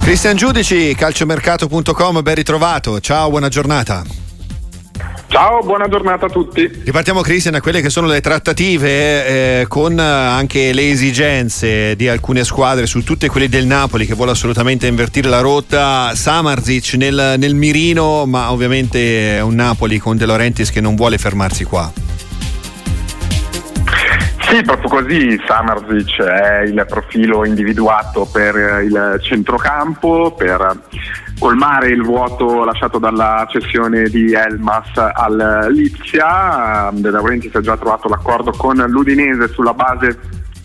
Cristian Giudici, calciomercato.com, ben ritrovato. Ciao, buona giornata. Ciao, buona giornata a tutti. Ripartiamo, Cristian, a quelle che sono le trattative con anche le esigenze di alcune squadre, su tutte quelle del Napoli che vuole assolutamente invertire la rotta. Samardžić nel mirino, ma ovviamente è un Napoli con De Laurentiis che non vuole fermarsi qua. Sì, proprio così. Samardžić è il profilo individuato per il centrocampo, per colmare il vuoto lasciato dalla cessione di Elmas al Lipsia. De Laurentiis ha già trovato l'accordo con l'Udinese sulla base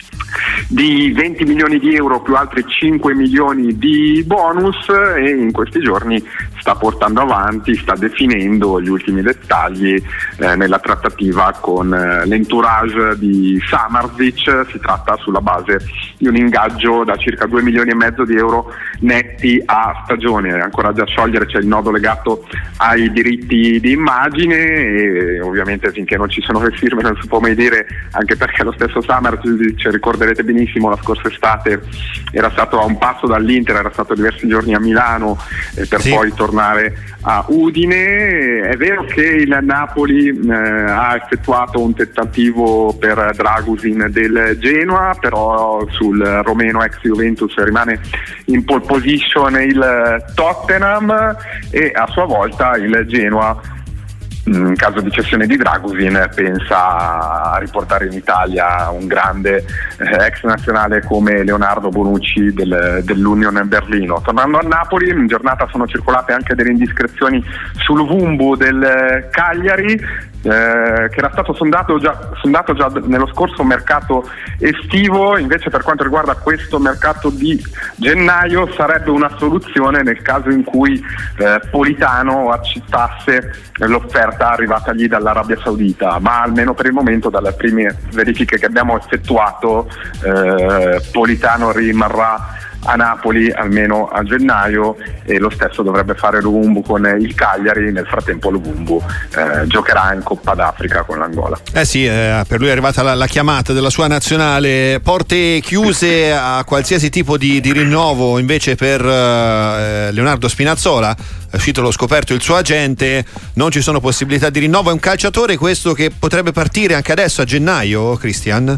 di 20 milioni di euro più altri 5 milioni di bonus, e in questi giorni sta portando avanti, sta definendo gli ultimi dettagli nella trattativa con l'entourage di Samardžić. Si tratta sulla base di un ingaggio da circa 2 milioni e mezzo di euro netti a stagione. Ancora da sciogliere c'è il nodo legato ai diritti di immagine, e ovviamente finché non ci sono le firme non si può mai dire, anche perché lo stesso Samardžić, ricorderete benissimo, la scorsa estate era stato a un passo dall'Inter, era stato diversi giorni a Milano per poi tornare a Udine. È vero che il Napoli ha effettuato un tentativo per Dragusin del Genoa, però sul romeno ex Juventus rimane in pole position il Tottenham, e a sua volta il Genoa, in caso di cessione di Dragusin, pensa a riportare in Italia un grande ex nazionale come Leonardo Bonucci dell'Union Berlino. Tornando a Napoli, in giornata sono circolate anche delle indiscrezioni sul Vumbu del Cagliari, che era stato sondato già nello scorso mercato estivo. Invece, per quanto riguarda questo mercato di gennaio, sarebbe una soluzione nel caso in cui Politano accettasse l'offerta arrivatagli dall'Arabia Saudita, ma almeno per il momento, dalle prime verifiche che abbiamo effettuato, Politano rimarrà a Napoli almeno a gennaio, e lo stesso dovrebbe fare Luvumbu con il Cagliari. Nel frattempo Luvumbu giocherà in Coppa d'Africa con l'Angola. Sì, per lui è arrivata la chiamata della sua nazionale. Porte chiuse a qualsiasi tipo di rinnovo invece per Leonardo Spinazzola. È uscito allo scoperto il suo agente, non ci sono possibilità di rinnovo. È un calciatore questo che potrebbe partire anche adesso a gennaio, Cristian?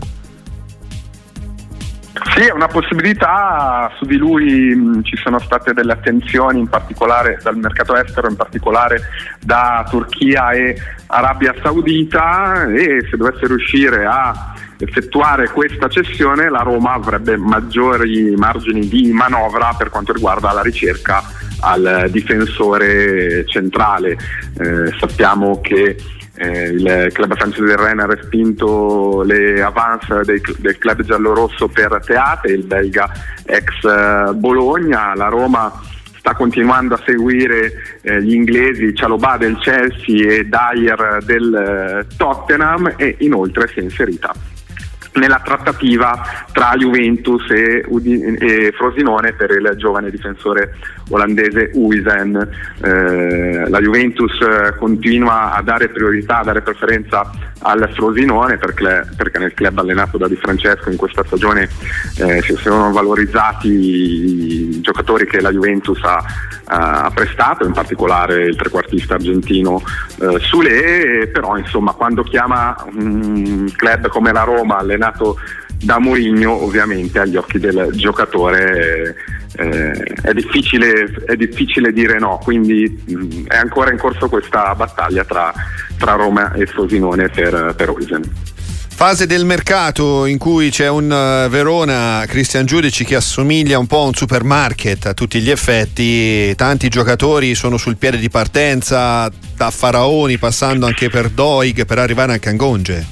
Sì, è una possibilità. Su di lui ci sono state delle attenzioni, in particolare dal mercato estero, in particolare da Turchia e Arabia Saudita, e se dovesse riuscire a effettuare questa cessione la Roma avrebbe maggiori margini di manovra per quanto riguarda la ricerca al difensore centrale. Sappiamo che il club francese del Rennes ha respinto le avance del club giallorosso per Teate, il belga ex Bologna. La Roma sta continuando a seguire gli inglesi Chalobah del Chelsea e Dyer del Tottenham, e inoltre si è inserita nella trattativa tra Juventus e Frosinone per il giovane difensore olandese Huijsen. La Juventus continua a dare priorità, a dare preferenza al Frosinone perché nel club allenato da Di Francesco in questa stagione si sono valorizzati i giocatori che la Juventus ha prestato, in particolare il trequartista argentino Soulé. Però insomma, quando chiama un club come la Roma allenato da Mourinho, ovviamente agli occhi del giocatore è difficile dire no, quindi è ancora in corso questa battaglia tra Roma e Frosinone per Huijsen. Fase del mercato in cui c'è un Verona, Cristian Giudici, che assomiglia un po' a un supermarket a tutti gli effetti. Tanti giocatori sono sul piede di partenza, da Faraoni passando anche per Doig, per arrivare anche a Ngonge.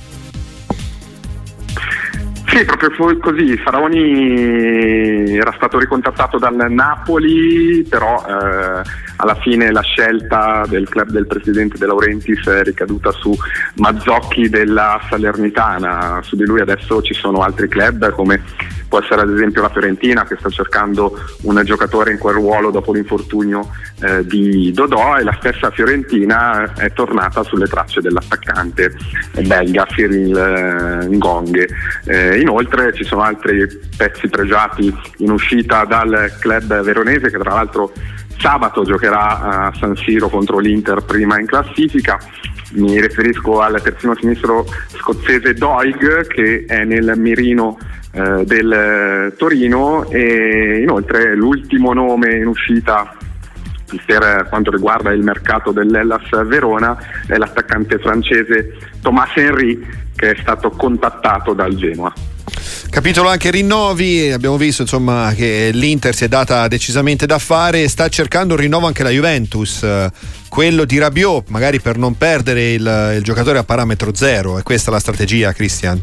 Sì, proprio così. Faraoni era stato ricontattato dal Napoli, però alla fine la scelta del club del presidente De Laurentiis è ricaduta su Mazzocchi della Salernitana. Su di lui adesso ci sono altri club come può essere ad esempio la Fiorentina, che sta cercando un giocatore in quel ruolo dopo l'infortunio di Dodò, e la stessa Fiorentina è tornata sulle tracce dell'attaccante belga Cyril Ngonghe. Inoltre ci sono altri pezzi pregiati in uscita dal club veronese, che tra l'altro sabato giocherà a San Siro contro l'Inter, prima in classifica. Mi riferisco al terzino sinistro scozzese Doig, che è nel mirino del Torino, e inoltre l'ultimo nome in uscita per quanto riguarda il mercato dell'Hellas Verona è l'attaccante francese Thomas Henry, che è stato contattato dal Genoa. Capitolo anche rinnovi, abbiamo visto insomma che l'Inter si è data decisamente da fare, sta cercando un rinnovo anche la Juventus, quello di Rabiot, magari per non perdere il giocatore a parametro zero. È questa la strategia, Christian?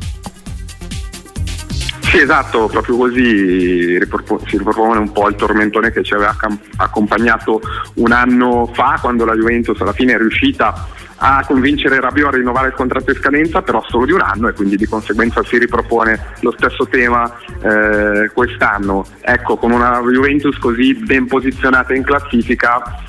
Sì, esatto, proprio così si ripropone un po' il tormentone che ci aveva accompagnato un anno fa, quando la Juventus alla fine è riuscita a convincere Rabiot a rinnovare il contratto in scadenza, però solo di un anno, e quindi di conseguenza si ripropone lo stesso tema quest'anno. Ecco, con una Juventus così ben posizionata in classifica,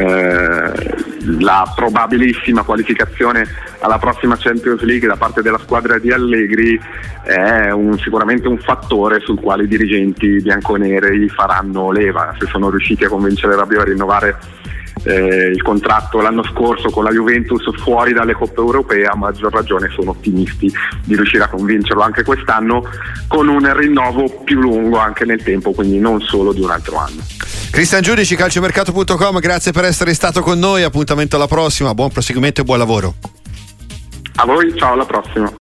la probabilissima qualificazione alla prossima Champions League da parte della squadra di Allegri è sicuramente un fattore sul quale i dirigenti bianconeri faranno leva. Se sono riusciti a convincere Rabiot a rinnovare il contratto l'anno scorso con la Juventus fuori dalle coppe europee, a maggior ragione sono ottimisti di riuscire a convincerlo anche quest'anno con un rinnovo più lungo anche nel tempo, quindi non solo di un altro anno. Christian Giudici, calciomercato.com, grazie per essere stato con noi, appuntamento alla prossima, buon proseguimento e buon lavoro. A voi, ciao, alla prossima.